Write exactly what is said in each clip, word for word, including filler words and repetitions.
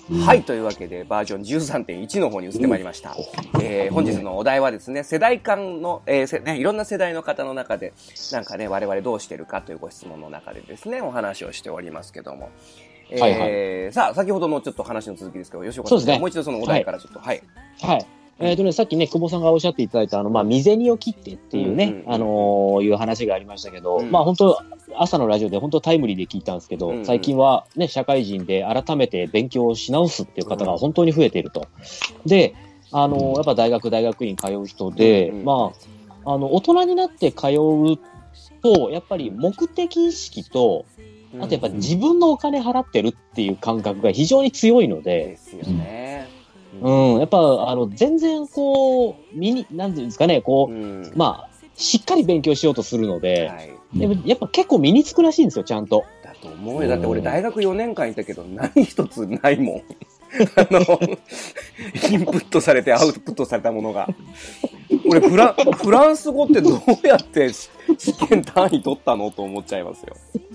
はい、というわけでバージョン じゅうさんてんいち の方に移ってまいりました。えー、本日のお題はですね、世代間の、えーせね、いろんな世代の方の中で、なんかね、我々どうしてるかというご質問の中でですね、お話をしておりますけども。えーはいはい、さあ、先ほどのちょっと話の続きですけど、吉岡さん、ね、もう一度そのお題からちょっと、はい。 はい。はいえっ、ー、とね、さっきね、久保さんがおっしゃっていただいた、あの、まあ、未銭を切ってっていうね、うんうんうん、あのー、いう話がありましたけど、うん、まあ、本当朝のラジオで本当タイムリーで聞いたんですけど、うんうん、最近はね、社会人で改めて勉強し直すっていう方が本当に増えていると。で、あのー、やっぱ大学、大学院通う人で、うんうん、まあ、あの、大人になって通うと、やっぱり目的意識と、あとやっぱ自分のお金払ってるっていう感覚が非常に強いので、 ですよね。 うん、やっぱ、あの、全然、こう、身に、なんていうんですかね、こう、うん、まあ、しっかり勉強しようとするので、はい、やっぱ、やっぱ結構身につくらしいんですよ、ちゃんと。 だと思うよ。だって俺大学よねんかんいたけど、何一つないもん。あの、インプットされてアウトプットされたものが。俺フラ、フランス語ってどうやって試験単位取ったのと思っちゃいますよ。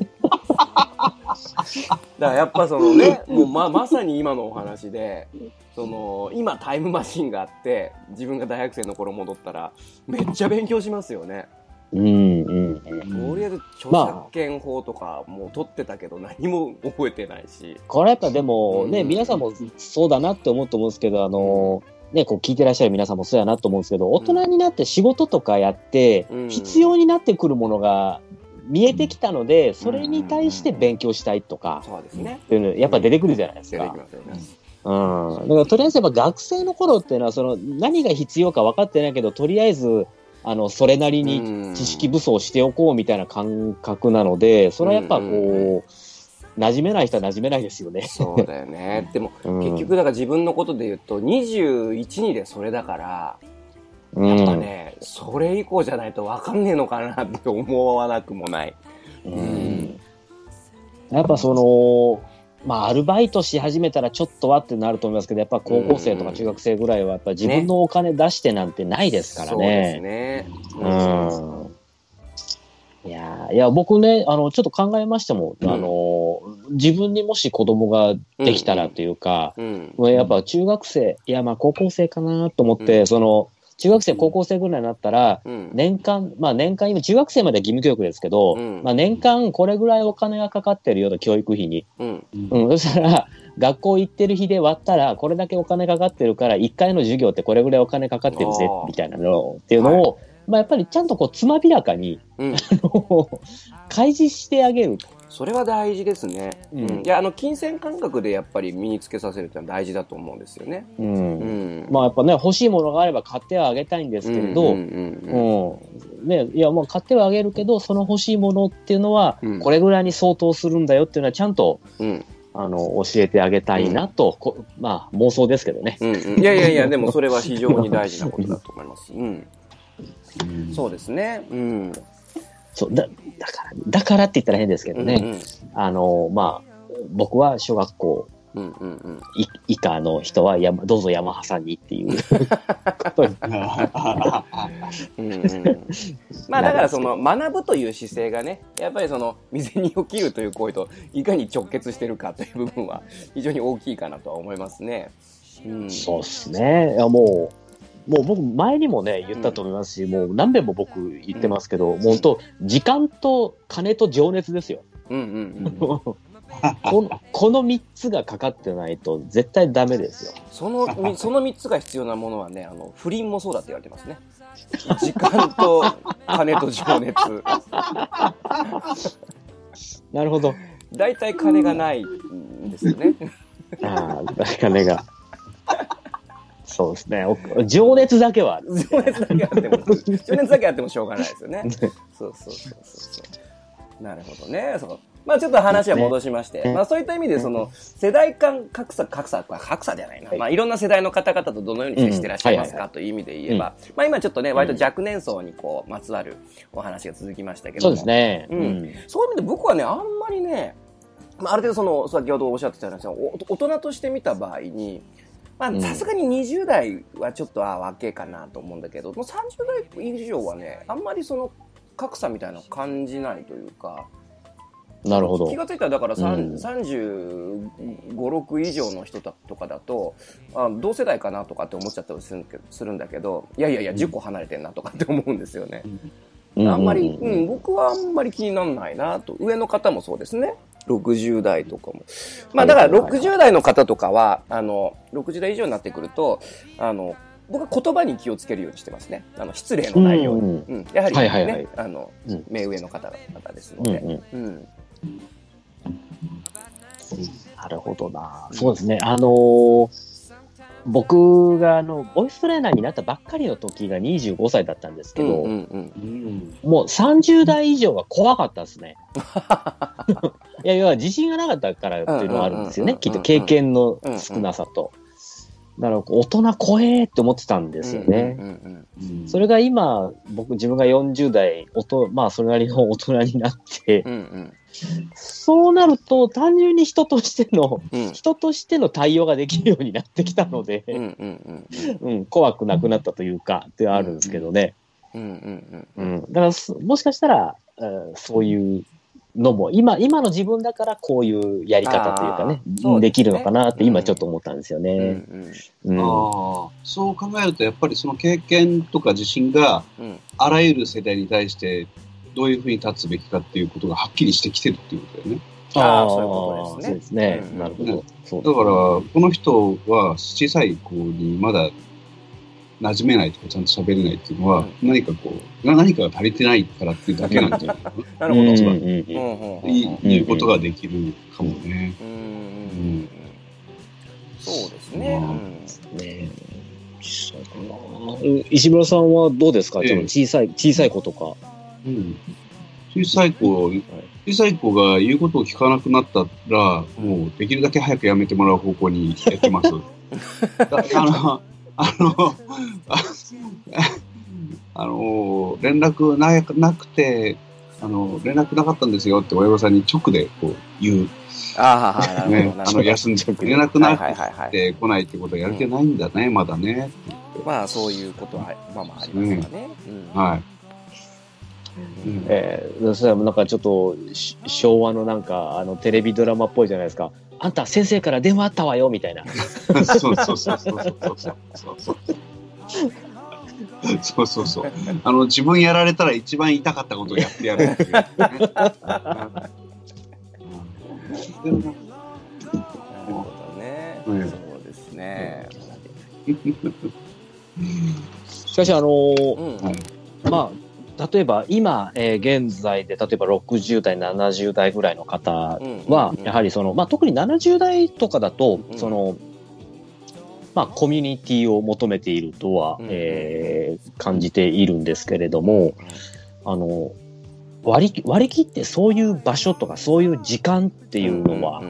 だからやっぱそのね、もう ま, まさに今のお話で、その今タイムマシンがあって自分が大学生の頃戻ったらめっちゃ勉強しますよね。 うんうんうん。 とりあえず著作権法とかもう取ってたけど何も覚えてないし。 これやっぱでもね、うん、皆さんもそうだなって思うと思うんですけど、あのー、ね、こう聞いてらっしゃる皆さんもそうやなと思うんですけど、大人になって仕事とかやって必要になってくるものが見えてきたので、それに対して勉強したいとか、 そうですね。 っていうのやっぱ出てくるじゃないですか。 出てきますよね。 うん。だからとりあえずやっぱ学生の頃っていうのは、その何が必要か分かってないけど、とりあえず、あの、それなりに知識武装しておこうみたいな感覚なので、それはやっぱこう、うんうん、馴染めない人は馴染めないですよね。 そうだよね。でも、うん、結局だから自分のことで言うと、にじゅういちにでそれだから、やっぱね、うん、それ以降じゃないと分かんねえのかなって思わなくもない。 うん、やっぱその、まあ、アルバイトし始めたらちょっとはってなると思いますけど、やっぱ高校生とか中学生ぐらいはやっぱ自分のお金出してなんてないですからね。 ねそうですね。 うん。いや、いや、僕ね、あの、ちょっと考えましたもん。うん、あの、自分にもし子供ができたらというか、うんうん、やっぱ中学生、いや、まあ高校生かなと思って、うん、その、中学生、高校生ぐらいになったら、うん、年間、まあ年間、今中学生まで義務教育ですけど、うん、まあ年間これぐらいお金がかかってるような教育費に。うん。うん、そしたら、学校行ってる日で割ったら、これだけお金かかってるから、いっかいの授業ってこれぐらいお金かかってるぜ、みたいなのっていうのを、はい、まあやっぱりちゃんとこう、つまびらかに、うん、あの、開示してあげる。 それは大事ですね。うん。いや、あの、金銭感覚でやっぱり身につけさせるってのは大事だと思うんですよね。うん。 うん、まあやっぱね、欲しいものがあれば買ってはあげたいんですけれど、うん。うんうん、ね、いや、もう買ってはあげるけど、その欲しいものっていうのは、これぐらいに相当するんだよっていうのはちゃんと、うん、あの、教えてあげたいなと、うん、まあ妄想ですけどね。 うんうん、いやいやいや、でもそれは非常に大事なことだと思います。うん。うん、そうですね。うん。 そうだ、だから、だからって言ったら変ですけどね。うんうん、あの、まあ、僕は小学校、うんうんうん、い以下の人はやどうぞヤマハさんにっていうことに。 うんうん、まあだからその学ぶという姿勢がね、やっぱりその未然に起きるという行為といかに直結してるかという部分は非常に大きいかなとは思いますね。 うん、そうですね。いやもう。もう僕前にもね言ったと思いますし、うん、もう何遍も僕言ってますけど、うん、もう本当時間と金と情熱ですよ。うんうんうん、このこのみっつがかかってないと絶対ダメですよ。 そのそのみっつが必要なものはね、あの不倫もそうだって言われてますね。時間と金と情熱。 なるほど。 だいたい金がないんですよね。 ああ、金が。そうですね。情熱だけは。 情熱だけあっても、情熱だけあってもしょうがないですよね。そうそうそうそうそう。なるほどね。そう。まあちょっと話は戻しまして、ね、まあそういった意味でその世代間格差、格差、格差じゃないな。はい、まあいろんな世代の方々とどのように接してらっしゃいますかという意味で言えば、まあ今ちょっとね、割と若年層にこう、まつわるお話が続きましたけども。 そうですね。 うん。そういう意味で僕はね、あんまりね、まあある程度その、先ほどおっしゃってたような、大人として見た場合に、まあ、さすがににじゅう代はちょっと、あ、若いかなと思うんだけど、もうさんじゅう代以上はね、あんまりその格差みたいなのを感じないというか、 なるほど。 気がついたらだからさん、 うん、 さんじゅうご、ろく以上の人とかだとあ同世代かなとかって思っちゃったりするするんだけど、いやいやいやじゅっこ離れてんなとかって思うんですよね、うん、あんまり、うん、僕はあんまり気にならないなと。上の方もそうですね、ろくじゅう代とかも、まあだからろくじゅう代の方とかはあのろくじゅう代以上になってくるとあの僕は言葉に気をつけるようにしてますね。あの失礼のないように、うんうん、やはりね、はいはいはい、あの、うん、目上の方々ですので、うんうんうん、 なるほどな。そうですね。あのー、僕があのボイストレーナーになったばっかりの時がにじゅうごさいだったんですけど、うんうんうん、もうさんじゅう代以上は怖かったですね。いやいや自信がなかったからっていうのはあるんですよね。きっと経験の少なさと。だから大人怖えって思ってたんですよね。それが今僕自分がよんじゅう代おとまあそれなりの大人になって、うんうん、そうなると単純に人としての、うん、人としての対応ができるようになってきたので、うんうんうんうん、怖くなくなったというかってあるんですけどね。だからもしかしたら、うん、そういうのも今今の自分だからこういうやり方というかね、で, ねできるのかなって今ちょっと思ったんですよね。うんうんうん、 あそう考えるとやっぱりその経験とか自信があらゆる世代に対してどういうふうに立つべきかっていうことがはっきりしてきてるっていうことだよね。 ああ、そういうことですね。そうですね。うん、なるほど。ね、 そうだからこの人は小さい子にまだ馴染めないとかちゃんと喋れないっていうのは、うん、何かこう何かが足りてないからっていうだけなんじゃないかな。なるほど。つまりいうことができるかもね。うんうん、 そうですね。うん、ね小さいかな。石村さんはどうですか？えー、小さい小さい子とか。 うん、小さい子小さい子が言うことを聞かなくなったら、もうできるだけ早くやめてもらう方向にやってます。あのあの、あの、連絡ななくて、あの、連絡なかったんですよって親御さんに直でこう言う。 ああ、なるほど。 ね、あの、休んで、連絡なくて来ないってことはやる気ないんだね、うん、まだね。 まあ、そういうことは、まあまあありますからね。 うん、はい。 うん、えー、それなんかちょっと昭和のなんかあのテレビドラマっぽいじゃないですか。あんた先生から電話あったわよみたいな。 そうそうそうそうそうそうそうそうそうそう。あの自分やられたら一番痛かったことをやってやるっていう、ね。なるほどね。うん、そうですね。 しかしあのーうんはい、まあ。例えば今、えー、現在で例えばろくじゅう代ななじゅう代ぐらいの方はやはりその、まあ、特にななじゅう代とかだとその、まあ、コミュニティを求めているとは、えー、感じているんですけれどもあの割り、割り切ってそういう場所とかそういう時間っていうのは、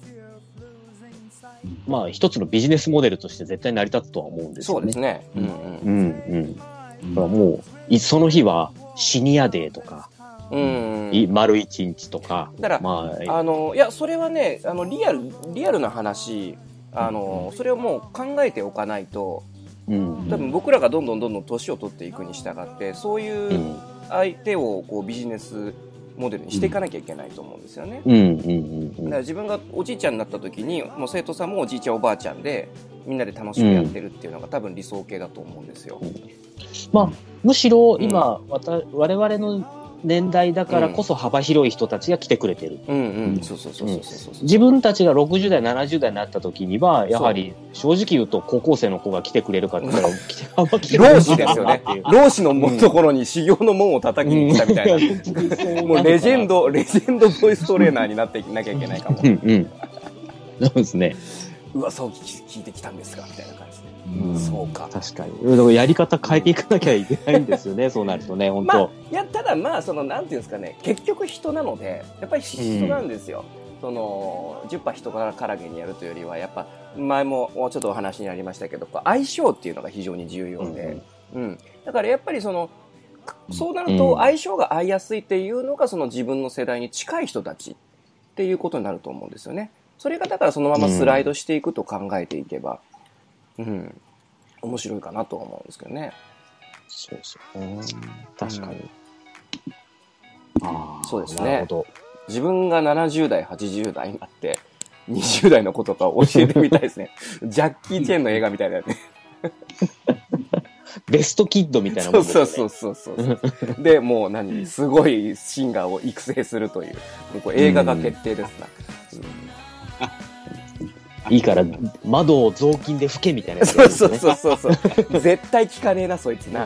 まあ一つのビジネスモデルとして絶対成り立つとは思うんですよね。 そうですね。うんうんうん。だからもうその日はシニアデーとか、うん丸一日とか。 だから、まあ、あのいやそれはねあのリアルリアルな話あのそれをもう考えておかないと、うん、多分僕らがどんどんどんどん年を取っていくに従ってそういう相手をこうビジネスモデルにしていかなきゃいけないと思うんですよね。うんうんうん、だから自分がおじいちゃんになった時にもう生徒さんもおじいちゃんおばあちゃんでみんなで楽しくやってるっていうのが多分理想形だと思うんですよ。うん、 まあむしろ今、うん、我々の年代だからこそ幅広い人たちが来てくれてる。自分たちがろくじゅう代ななじゅう代になった時にはやはり正直言うと高校生の子が来てくれるかって言ったらあんま来てくれない。 老子ですよね。老子のところに修行の門を叩きに来たみたいな、うん、もうレジェンドレジェンドボイストレーナーになっていなきゃいけないかも。うんうん、 そうですね。 噂を聞いてきたんですがみたいな感じで。うん、そうか確かにだからやり方変えていかなきゃいけないんですよねそうなるとね本当、 まあ、いやただまあそのなんていうんですかね結局人なのでやっぱり人なんですよ、うん、そのじゅっパ人からからげにやるというよりはやっぱ前もちょっとお話になりましたけど相性っていうのが非常に重要で、うんうん、だからやっぱりそのそうなると相性が合いやすいっていうのがその自分の世代に近い人たちっていうことになると思うんですよね。それがだからそのままスライドしていくと考えていけば、うん、面白いかなと思うんですけどね。 そうそう、確かに。 うん、あそうですね。なるほど。 自分がななじゅう代、はちじゅう代になって、にじゅう代の子とかを教えてみたいですね。ジャッキー・チェンの映画みたいだよね。 ベストキッドみたいなもんですね。 そうそうそうそうそう。で、もう何、すごいシンガーを育成するという、もうこれ映画が決定ですな。 いいから、窓を雑巾で拭けみたいなやつ、 ね。そうそうそうそう。絶対聞かねえな、そいつな。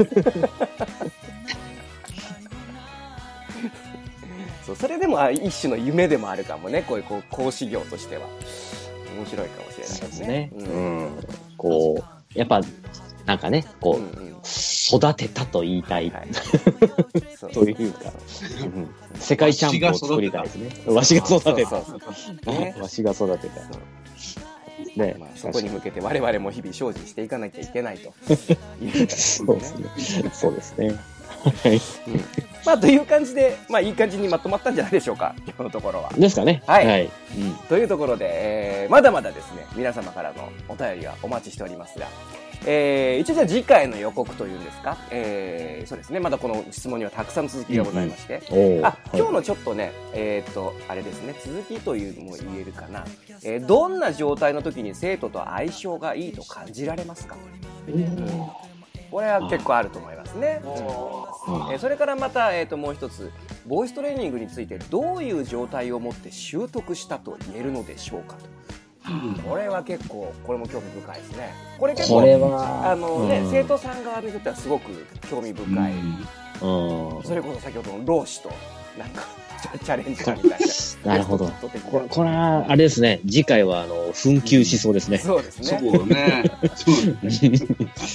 そう、それでも一種の夢でもあるかもね、こういうこう講師業としては。面白いかもしれないですね。 そうですね。うん。こう、やっぱ、なんかね、こう、うんうん、育てたと言いたい。はい、というか、うん、世界チャンピオンを作りたいですね。わしが育てた。わしが育てた。 ね、まあ、そこに向けて我々も日々精進していかなきゃいけないという、ね、 そうですね。そうですね。 はい。うん、まあという感じで、まあいい感じにまとまったんじゃないでしょうか、今日のところは。 ですかね。 はい。はい、うん、というところで、えー、まだまだですね、皆様からのお便りはお待ちしておりますが、えー、一応じゃあ次回の予告というんですか、えー、そうですね、まだこの質問にはたくさん続きがございまして、うんうん、あ、今日のちょっとね、えー、っと、あれですね、続きというのも言えるかな、えー、どんな状態の時に生徒と相性がいいと感じられますか、うん、これは結構あると思いますね。うん、えー、それからまた、えー、ともう一つ、ボイストレーニングについてどういう状態をもって習得したと言えるのでしょうかと。これは結構、これも興味深いですね。これ結構、これはあのね、うん、生徒さん側にとってはすごく興味深い。うん、それこそ先ほどの老師と、なんか、チャレンジャーみたいな。 なるほど。これ、これは、あれですね。次回は、あの、紛糾しそうですね。 そうですね。 そうね。 面白いテー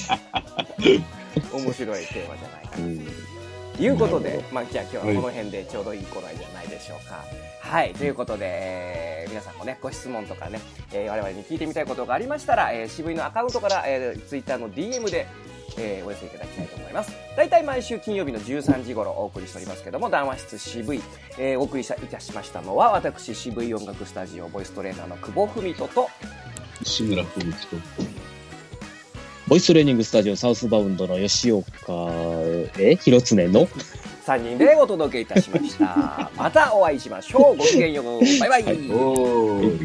マじゃないかな。うんということで、まあ、じゃあ今日はこの辺でちょうどいい頃合いじゃないでしょうか。はい、はい、ということで、えー、皆さんもね、ご質問とかね、えー、我々に聞いてみたいことがありましたら、えー、渋いのアカウントから、えー、ツイッターの ディーエム で、えー、お寄せいただきたいと思います。だいたい毎週金曜日のじゅうさんじ頃お送りしておりますけども、談話室渋い、えー、お送りいたしましたのは、私、渋い音楽スタジオボイストレーナーの久保文人と、 志村文樹と、 ボイストレーニングスタジオサウスバウンドの吉岡、え、広常のさんにんでお届けいたしました。またお会いしましょう。ごきげんよう。バイバイ。はい、おー。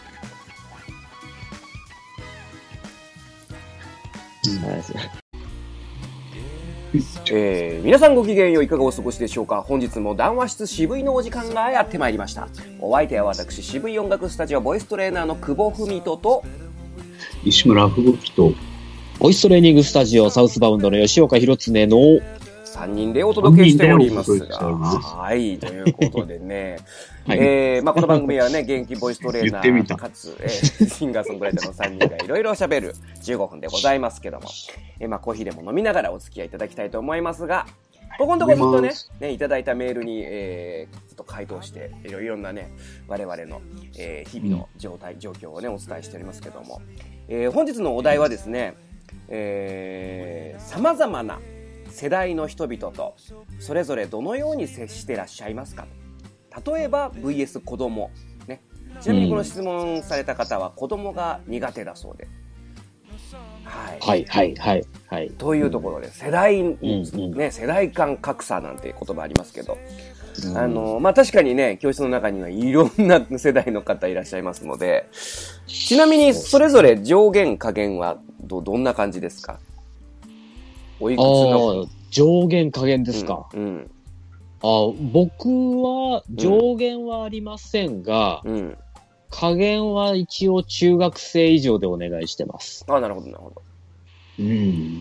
えー、皆さんごきげんよう、いかがお過ごしでしょうか。本日も談話室渋いのお時間がやってまいりました。お相手は私、渋い音楽スタジオボイストレーナーの久保文人と西村文樹とボイストレーニングスタジオサウスバウンドの吉岡弘常のさんにんでお届けしておりますが、はい、ということでね、はい、えー、まあ、この番組はね、元気ボイストレーナーかつ、えー、シンガーソングライターのさんにんがいろいろ喋るじゅうごふんでございますけども、えー、まあ、コーヒーでも飲みながらお付き合いいただきたいと思いますが、ここのところずっとね、ね、いただいたメールに、えー、ずっと回答して、いろいろなね、我々の、えー、日々の状態、状況をね、お伝えしておりますけども、えー、本日のお題はですね、えー、様々な世代の人々とそれぞれどのように接してらっしゃいますか。例えば ブイエス 子供、ね、ちなみにこの質問された方は子供が苦手だそうで、 はい、はいはいはいはい。 というところで世代、うんうんね、世代間格差なんていう言葉ありますけど、うん、あのまあ確かにね、教室の中にはいろんな世代の方いらっしゃいますので、ちなみにそれぞれ上限下限は ど, どんな感じですか。おいくつの上限下限ですか。 うんうん、 あ、僕は上限はありませんが、うん、下限は一応中学生以上でお願いしてます。 あ、なるほどなるほど。うん。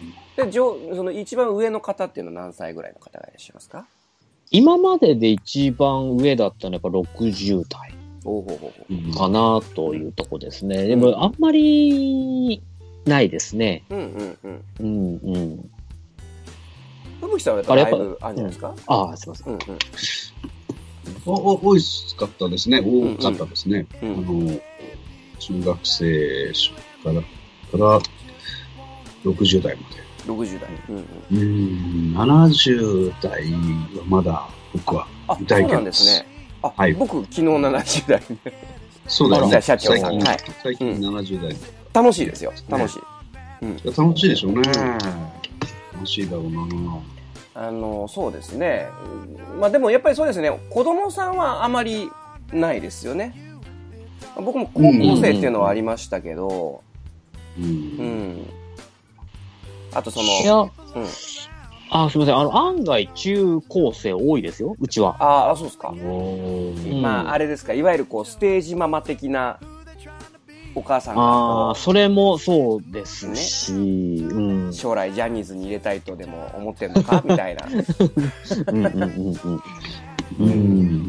で、上その一番上の方っていうのは何歳ぐらいの方がいらっしゃいますか。 今までで一番上だったのはやっぱろくじゅう代かなというとこですね。うん、でもあんまりないですね。うんうんうん。うんうん。 ふぶきさんはだいぶあるんじゃないですか。 うん、ああ、すみません。うんうん、 おお多かったですね。多かったですね。うんうん、あの中学生からからろくじゅう代まで。 ろくじゅう代。 うんうん、うんななじゅう代はまだ僕はいたいけど。 そうなんですね。あ、はい、僕昨日ななじゅう代ね。 そうだよね。 社長さん。 はい。最近ななじゅう代、うん。 楽しいですよ。楽しい。 うん、楽しいでしょうね。楽しいだろうな。 あの、そうですね。まあでもやっぱりそうですね、子供さんはあまりないですよね。僕も高校生っていうのはありましたけど、うん。うん、あとその、いや、うん。 あ、すみません。あの、案外中高生多いですよ、うちは。 ああ、そうですか。まあ、あれですか、いわゆるこう、ステージママ的なお母さんが。 ああ、それもそうですし、ね、 うん、将来ジャニーズに入れたいとでも思ってんのかみたいな。うんうんうんうん。 うん。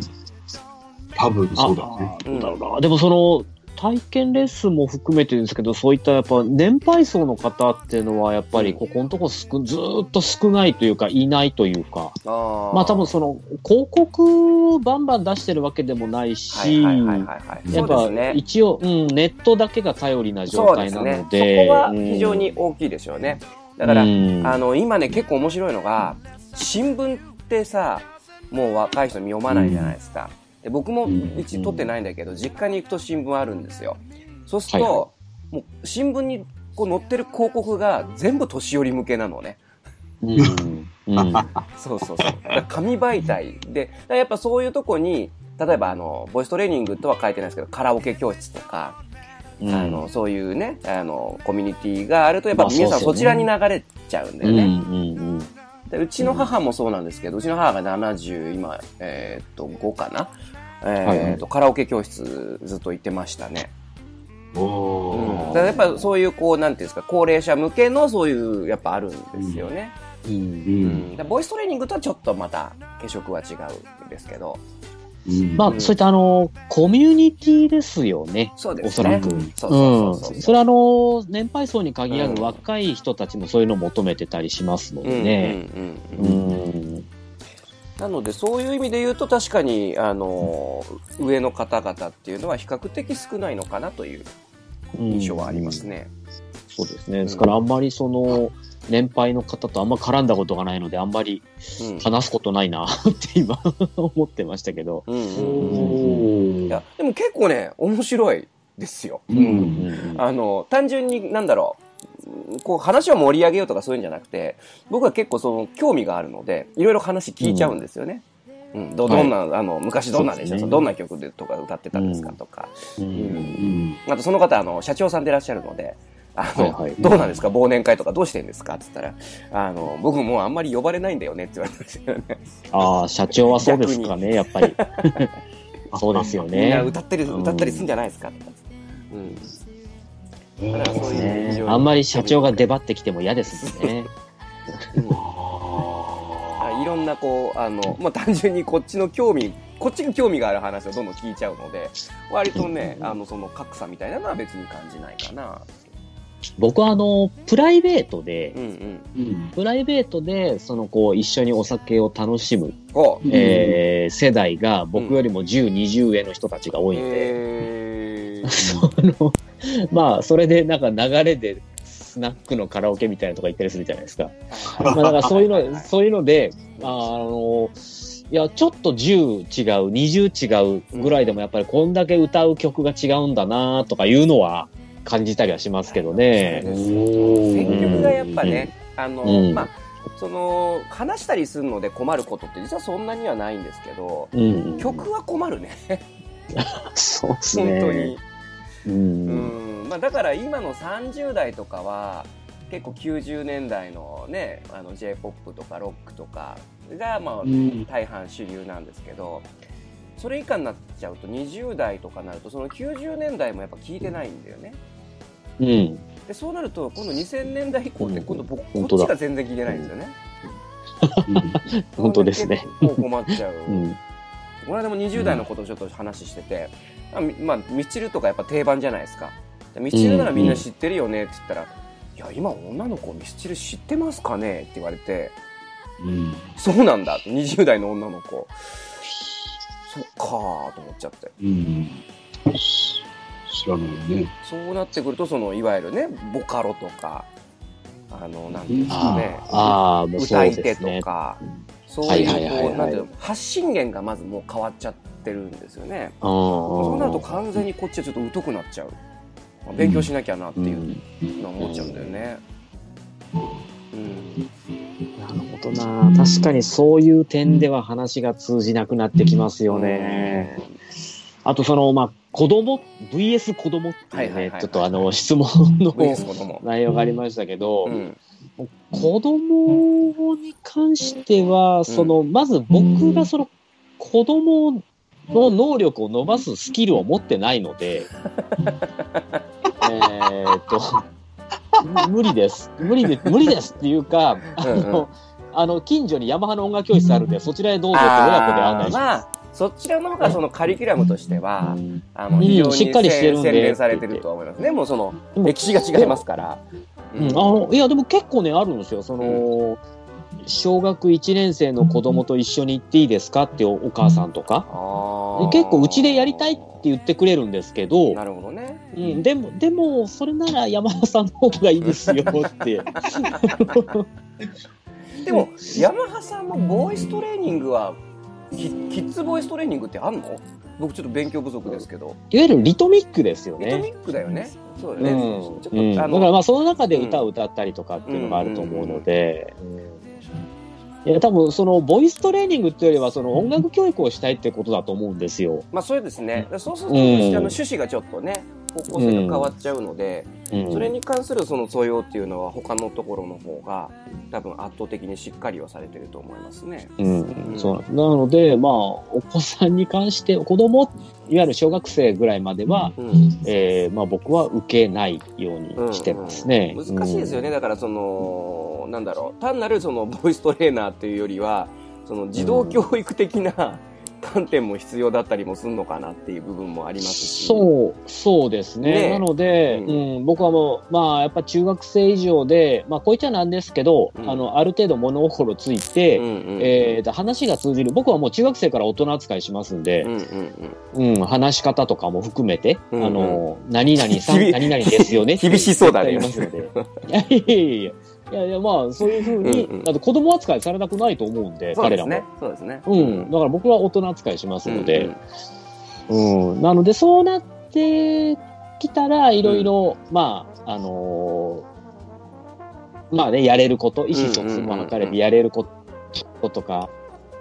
多分そうだね。 うんだろうな。でもその、体験レッスンも含めてですけど、そういったやっぱ年配層の方っていうのはやっぱりここのとこずーっと少ないというかいないというか、あまあ多分その広告をバンバン出してるわけでもないし、やっぱ一応、うん、ネットだけが頼りな状態なので、 そうですね、そこは非常に大きいでしょうね。だから、うん、あの今ね結構面白いのが新聞ってさ、もう若い人読まないじゃないですか。うんで僕もうち取ってないんだけど、実家に行くと新聞あるんですよ。そうすると、はいはい、もう新聞にこう載ってる広告が全部年寄り向けなのね。うんうん、そうそうそう。紙媒体で、やっぱそういうとこに、例えばあの、ボイストレーニングとは書いてないですけど、カラオケ教室とか、うん、あの、そういうね、あの、コミュニティがあると、やっぱ皆さんそちらに流れちゃうんだよね。うんうんうんでうちの母もそうなんですけど、うちの母がななじゅう、今、えー、っと、ごかな、えーはいはい、とカラオケ教室ずっと行ってましたね。おー。うん、だからやっぱそういう、こう、なんていうんですか、高齢者向けのそういう、やっぱあるんですよね。うん。うん、だボイストレーニングとはちょっとまた、化色は違うんですけど。 うん、まあ、そういったあの、コミュニティですよね。 そうですね。 おそらく。そうそうそうそう。うん。それはあの、年配層に限らず若い人たちもそういうのを求めてたりしますのでね。うん。 なので、そういう意味で言うと確かに、あの、上の方々っていうのは比較的少ないのかなという印象はありますね。 うん、そうですね。ですからあんまりその、年配の方とあんま絡んだことがないので、あんまり話すことないなって今思ってましたけど。うんうんうん、いやでも結構ね、面白いですよ。うんうん、あの単純になんだろう、こう話を盛り上げようとかそういうんじゃなくて、僕は結構その興味があるので、いろいろ話聞いちゃうんですよね。うん、どどんな、はい、あの昔どんなでしょ、ね、どんな曲でとか歌ってたんですかとか、うんうんうん、あとその方あの社長さんでいらっしゃるので。あの、はいはい、どうなんですか忘年会とかどうしてんですかって言ったら、あの、僕もうあんまり呼ばれないんだよねって言われたんですよね。 ああ、社長はそうですかね、やっぱり。そうですよね。みんな歌ったり、歌ったりするんじゃないですかとか。 うん。だからそういうね。あんまり社長が出張ってきても嫌ですもんね。うん、 いろんなこう、あの、まあ、単純にこっちの興味、こっちに興味がある話をどんどん聞いちゃうので、割とね、あの、その格差みたいなのは別に感じないかな。 僕はあの、プライベートで、うんうん、プライベートで、そのこう、一緒にお酒を楽しむ、えー、世代が僕よりもじゅう、にじゅう上の人たちが多いんで、その、まあ、それでなんか流れで、スナックのカラオケみたいなとか行ったりするじゃないですか。まあ、だからそういうの、そういうので、あの、いや、ちょっとじゅう違う、にじゅう違うぐらいでもやっぱりこんだけ歌う曲が違うんだなとかいうのは、感じたりはしますけどね。 選曲がやっぱね、うん、あの、うん、まあ、その、話したりするので困ることって実はそんなにはないんですけど、うん、曲は困るね。 そうですね。 本当に。うん。うん、まあだから今のさんじゅう代とかは、結構きゅうじゅうねんだいのね、あの J-ポップ とかロックとかが、まあ、大半主流なんですけど、それ以下になっちゃうとにじゅう代とかになるとそのきゅうじゅうねんだいもやっぱ聞いてないんだよね。うん。でそうなると今度にせんねんだい以降って今度僕、うん、こっちが全然聞いてないんですよね。 本当ですね。 結構困っちゃう。うん、この間もにじゅう代のことをちょっと話してて、うん、まあミスチルとかやっぱ定番じゃないですか。ミスチルならみんな知ってるよねって言ったら、うんうん、いや今女の子ミスチル知ってますかねって言われて、うん、そうなんだにじゅう代の女の子。そっかーと思っちゃって、うん、 知らないね。 そうなってくるとそのいわゆるねボカロとかあのなんていうんですかね、 ああ歌い手とかそういうなんていうの発信源がまずもう変わっちゃってるんですよね。そうなると完全にこっちはちょっと疎くなっちゃう。勉強しなきゃなっていうのは思っちゃうんだよね。うん。うんなるほどな。確かにそういう点では話が通じなくなってきますよね。あとその、まあ、子供、ブイエス 子供っていうね、ちょっとあの、質問の内容がありましたけど、うん、子供に関しては、その、まず僕がその、子供の能力を伸ばすスキルを持ってないので、えっと、無理です。無理で、無理ですっていうか、あの、うんうん、あの、近所にヤマハの音楽教室あるんで、そちらへどうぞって親子で案内します。まあ、 そちらの方がそのカリキュラムとしては、うん、あの、非常にしっかりしてるんで。洗練されてると思います。でもその、歴史が違いますから。 うん、あの、いや、でも結構ね、あるんですよ。その、うん小学いちねん生の子供と一緒に行っていいですかってお母さんとか。結構うちでやりたいって言ってくれるんですけど。 なるほどね。 うん、でも、でも、それなら山田さんの方がいいですよって。 でも、山田さんのボイストレーニングは、キ, キッズボイストレーニングってあんの？僕ちょっと勉強不足ですけど。 いわゆるリトミックですよね。 リトミックだよね。そうだね。うん、 ちょっと、うん、だからまあその中で歌を歌ったりとかっていうのがあると思うので。いや多分そのボイストレーニングっていうよりはその音楽教育をしたいってことだと思うんですよ。 まあそうですね。そうすると、うん、あの趣旨がちょっとね方向性が変わっちゃうので、うん、それに関するその素養っていうのは他のところの方が多分圧倒的にしっかりはされてると思いますね。 うん、うん、そうなんです。なのでまあお子さんに関して子供いわゆる小学生ぐらいまでは、うんえー、まあ僕は受けないようにしてますね。 うんうん、難しいですよね。だからそのなんだろう単なるそのボイストレーナーっていうよりはその児童教育的な、うん観点も必要だったりもするのかなっていう部分もありますし。 そう、そうですね。ねなので、うんうん、僕はもう、まあ、やっぱ中学生以上で、まあ、こういっちゃなんですけど、うん、あの、ある程度物心ついて、うんうん、えー、話が通じる。僕はもう中学生から大人扱いしますんで、うんうんうんうん、話し方とかも含めて、うんうん、あの、何々さん、何々ですよね。 厳しそうだね。 ありますので。いやいやいや。いやいや、まあ、そういうふうに、うんうん、だって子供扱いされたくないと思うんで、 そうですね、 彼らも。 そうですね。 うん。だから僕は大人扱いしますので、うん、うん。なので、そうなってきたら、いろいろ、うん、まあ、あのー、まあね、やれること、意思疎通も図れてやれることとか、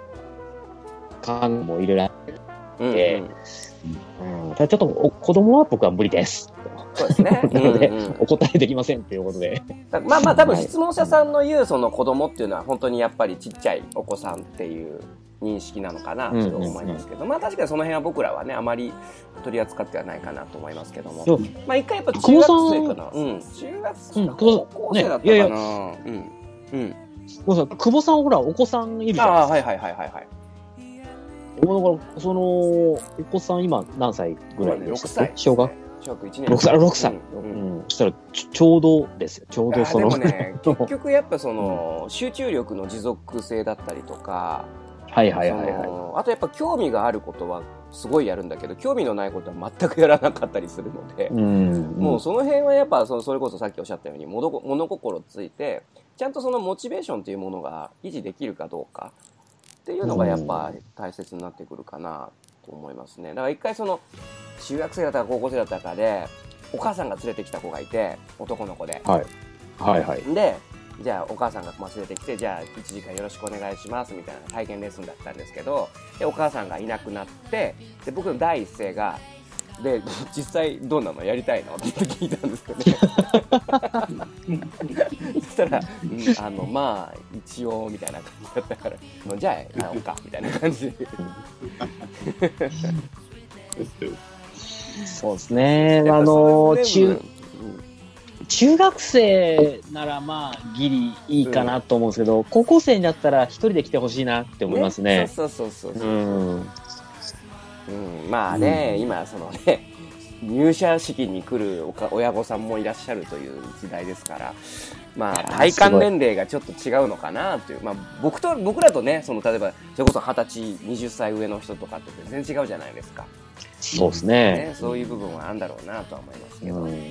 感もいろいろあって、うんうん、ただちょっと子供は僕は無理です。 そうですね。 なので、うんうん、お答えできませんということで。 まあまあ多分質問者さんの言うその子供っていうのは本当にやっぱりちっちゃいお子さんっていう認識なのかなと思いますけど、うんうんうん、まあ確かにその辺は僕らはね、あまり取り扱ってはないかなと思いますけども。まあ一回やっぱ中学生かな。うん。中学生か高校生だったかな。ね、いやいやうん。うん。 ごめんなさい。久保さんほらお子さんいるじゃないですか。ああ、はいはいはいはいはい。だから、その、お子さん今何歳ぐらいですか？ろくさい。小学小学いちねん。 ろくさい、ろくさい。うん。うん、そしたらち、ちょうどですよ。ちょうどその。 でもね、結局やっぱその、集中力の持続性だったりとか、 はいはいはいはい。 あとやっぱ興味があることはすごいやるんだけど、興味のないことは全くやらなかったりするので、うん、もうその辺はやっぱその、それこそさっきおっしゃったように、物心ついて、ちゃんとそのモチベーションというものが維持できるかどうかっていうのがやっぱ大切になってくるかなと思いますね。だから一回その、中学生だったか高校生だったかで、お母さんが連れてきた子がいて、男の子で。 はい。はいはい。 で、じゃあお母さんが連れてきて、じゃあいちじかんよろしくお願いしますみたいな体験レッスンだったんですけど、で、お母さんがいなくなって、で、僕の第一声が、で、実際どうなのやりたいのって聞いたんですけどね。そしたら、うん、あの、まあ、一応、みたいな感じだったから、じゃあ、やろうか、みたいな感じで。 そうですね。あの、中、中学生ならまあ、ギリいいかなと思うんですけど、うん、高校生になったら一人で来てほしいなって思いますね。 ねそうそうそうそう。うんうん、まあね、うん、今そのね、入社式に来る親御さんもいらっしゃるという時代ですから、まあ体感年齢がちょっと違うのかなという、まあ僕と、僕らとね、その例えば、それこそはたち、はたち上の人とかって全然違うじゃないですか。 そうですね。 ねそういう部分はあるんだろうなとは思いますけど。うんうん、い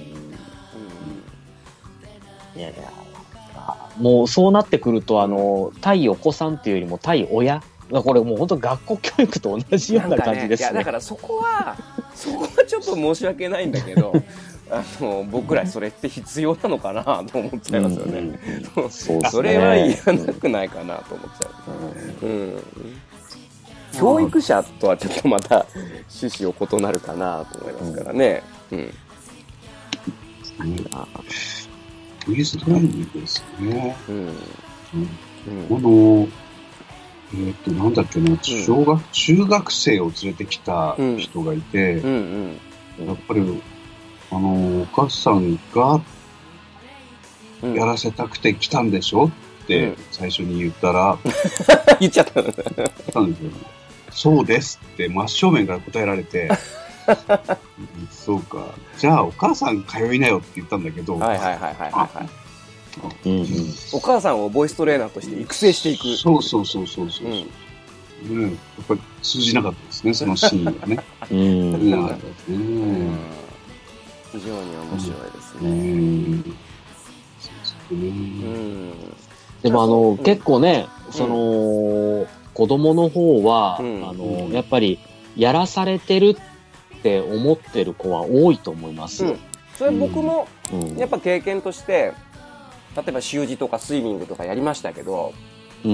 やいや、もうそうなってくると、あの、対お子さんっていうよりも対親。これもう本当学校教育と同じような感じですね。 いやだからそこは、そこはちょっと申し訳ないんだけど、あの僕らそれって必要なのかなと思っちゃいますよね。うん、そうそれはいらなくないかなと思っちゃう。うんうん、教育者とはちょっとまた趣旨を異なるかなと思いますからね。うん。 ウイズトレーニングですね。うん。うん、あの、えー、っと、なんだっけな、小学、うん、中学生を連れてきた人がいて、うんうんうん、やっぱり、あの、お母さんがやらせたくて来たんでしょって最初に言ったら、うん、 言っちゃったんですよ。 そうですって真正面から答えられて、そうか。じゃあお母さん通いなよって言ったんだけど、 はいはいはいはいはい、はいうんうん。お母さんをボイストレーナーとして育成していく。 そうそうそうそうそう。うん、ね、やっぱり通じなかったですね、そのシーンがね。うん、うん、 非常に面白いですね。うん、そうですね。 うん、でもあの、うん、結構ね、その、うん、子供の方は、うん、あの、うん、やっぱりやらされてるって思ってる子は多いと思います。うん、 それ僕もやっぱ経験として、例えば習字とかスイミングとかやりましたけど、うんうん、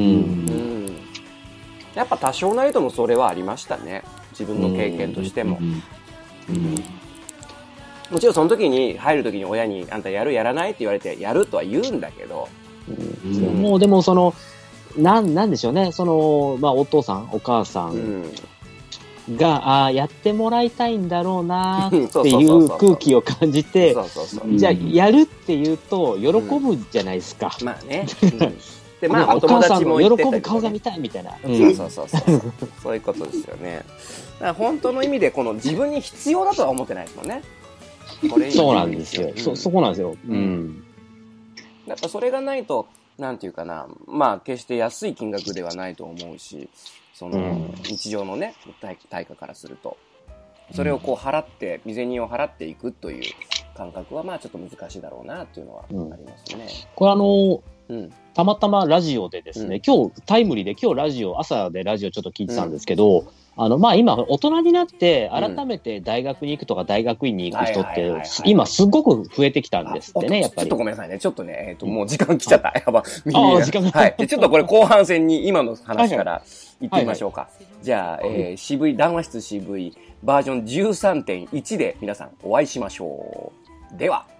やっぱ多少なりともそれはありましたね。自分の経験としても。うんうん、もちろんその時に入る時に親にあんたやるやらないって言われてやるとは言うんだけど、 うん、もうでもそのなん、なんでしょうね。その、まあ、お父さん、お母さんが、うん、ああ、やってもらいたいんだろうなっていう空気を感じて、じゃあ、やるって言うと、喜ぶじゃないですか。 うん、まあね。うん、で、まあ、お友達も言ってたりとか、ね、喜ぶ顔が見たいみたいな。 うん、そうそうそうそう。そういうことですよね。だから本当の意味で、この自分に必要だとは思ってないですもんね。 これそうなんですよ。うん、そ、そこなんですよ。うん。 やっぱそれがないと、なんていうかな、まあ決して安い金額ではないと思うし、その、うん、日常のね対、対価からすると、それをこう払って、身銭を払っていくという感覚はまあちょっと難しいだろうなっていうのはありますね。うん、 これあの、うん、たまたまラジオでですね、うん、今日タイムリーで今日ラジオ、朝でラジオちょっと聞いてたんですけど、うん、あの、まあ今大人になって改めて大学に行くとか大学院に行く人って今すごく増えてきたんですってね、やっぱり。 ちょっとごめんなさいね。ちょっとね、えっと、もう時間来ちゃった。やば、右に。あ、時間が。はい。ちょっとこれ後半戦に今の話から行ってみましょうか。はいはい、じゃあ、えー、シーブイ、談話室 シーブイ バージョン じゅうさんてんいち で皆さんお会いしましょう。では。